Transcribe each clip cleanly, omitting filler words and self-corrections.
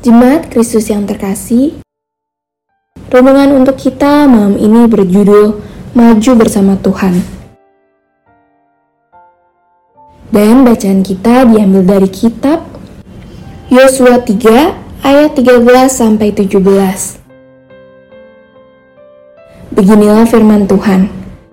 Jemaat Kristus yang terkasih, renungan untuk kita malam ini berjudul Maju Bersama Tuhan. Dan bacaan kita diambil dari kitab Yosua 3 ayat 13-17. Beginilah firman Tuhan.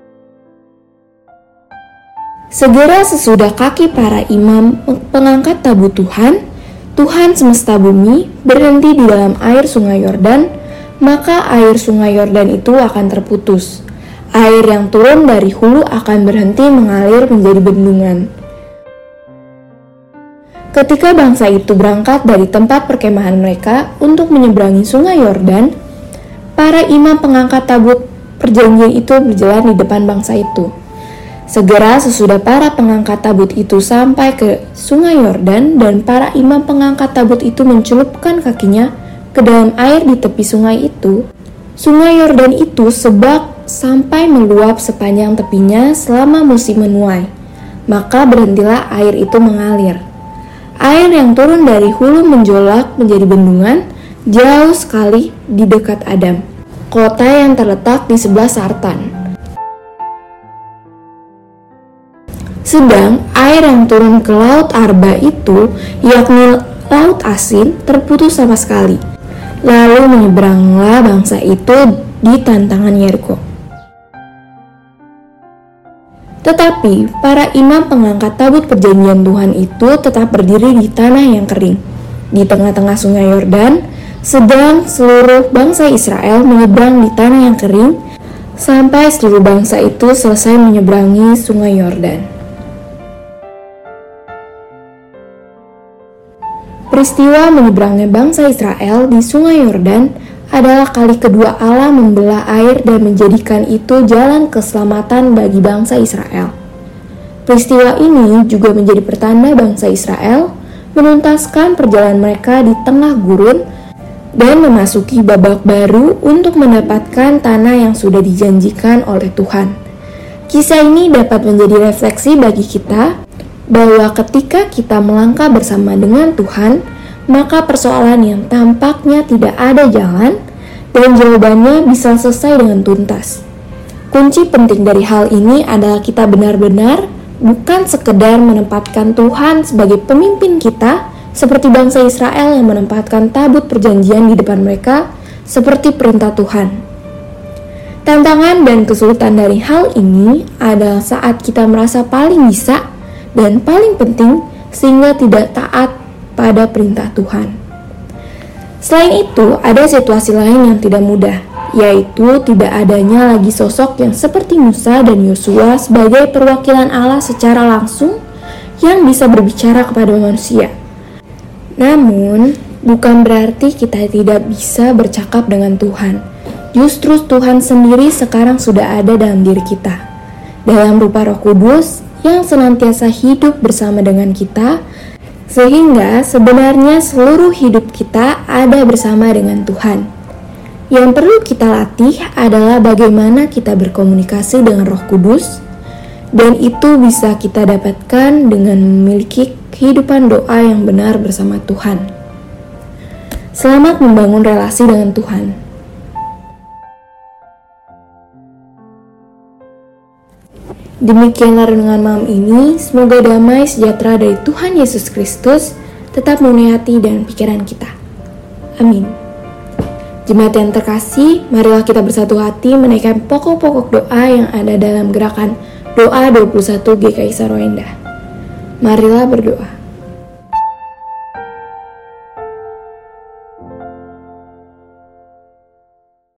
Segera sesudah kaki para imam pengangkat tabut Tuhan semesta bumi berhenti di dalam air sungai Yordan, maka air sungai Yordan itu akan terputus. Air yang turun dari hulu akan berhenti mengalir menjadi bendungan. Ketika bangsa itu berangkat dari tempat perkemahan mereka untuk menyeberangi sungai Yordan, para imam pengangkat tabut perjanjian itu berjalan di depan bangsa itu. Segera sesudah para pengangkat tabut itu sampai ke sungai Yordan dan para imam pengangkat tabut itu mencelupkan kakinya ke dalam air di tepi sungai itu, sungai Yordan itu sebak sampai meluap sepanjang tepinya selama musim menuai. Maka berhentilah air itu mengalir. Air yang turun dari hulu menjolak menjadi bendungan jauh sekali di dekat Adam, kota yang terletak di sebelah Sartan. Sedang air yang turun ke laut Arba itu, yakni laut asin, terputus sama sekali. Lalu menyeberanglah bangsa itu di tantangan Yeriko. Tetapi para imam pengangkat tabut perjanjian Tuhan itu tetap berdiri di tanah yang kering, di tengah-tengah sungai Yordan, sedang seluruh bangsa Israel menyeberang di tanah yang kering, sampai seluruh bangsa itu selesai menyeberangi sungai Yordan. Peristiwa menyeberangnya bangsa Israel di sungai Yordan adalah kali kedua Allah membelah air dan menjadikan itu jalan keselamatan bagi bangsa Israel. Peristiwa ini juga menjadi pertanda bangsa Israel menuntaskan perjalanan mereka di tengah gurun dan memasuki babak baru untuk mendapatkan tanah yang sudah dijanjikan oleh Tuhan. Kisah ini dapat menjadi refleksi bagi kita bahwa ketika kita melangkah bersama dengan Tuhan, maka persoalan yang tampaknya tidak ada jalan dan jawabannya bisa selesai dengan tuntas. Kunci penting dari hal ini adalah kita benar-benar bukan sekedar menempatkan Tuhan sebagai pemimpin kita seperti bangsa Israel yang menempatkan tabut perjanjian di depan mereka seperti perintah Tuhan. Tantangan dan kesulitan dari hal ini adalah saat kita merasa paling bisa dan paling penting sehingga tidak taat pada perintah Tuhan. Selain itu, ada situasi lain yang tidak mudah, yaitu tidak adanya lagi sosok yang seperti Musa dan Yosua sebagai perwakilan Allah secara langsung yang bisa berbicara kepada manusia. Namun, bukan berarti kita tidak bisa bercakap dengan Tuhan. Justru Tuhan sendiri sekarang sudah ada dalam diri kita, dalam rupa Roh Kudus yang senantiasa hidup bersama dengan kita, sehingga sebenarnya seluruh hidup kita ada bersama dengan Tuhan. Yang perlu kita latih adalah bagaimana kita berkomunikasi dengan Roh Kudus, dan itu bisa kita dapatkan dengan memiliki kehidupan doa yang benar bersama Tuhan. Selamat membangun relasi dengan Tuhan. Demikianlah renungan malam ini. Semoga damai sejahtera dari Tuhan Yesus Kristus tetap memenuhi hati dan pikiran kita. Amin. Jemaat yang terkasih, marilah kita bersatu hati menaikkan pokok-pokok doa yang ada dalam gerakan Doa 21 GKI Samarinda. Marilah berdoa.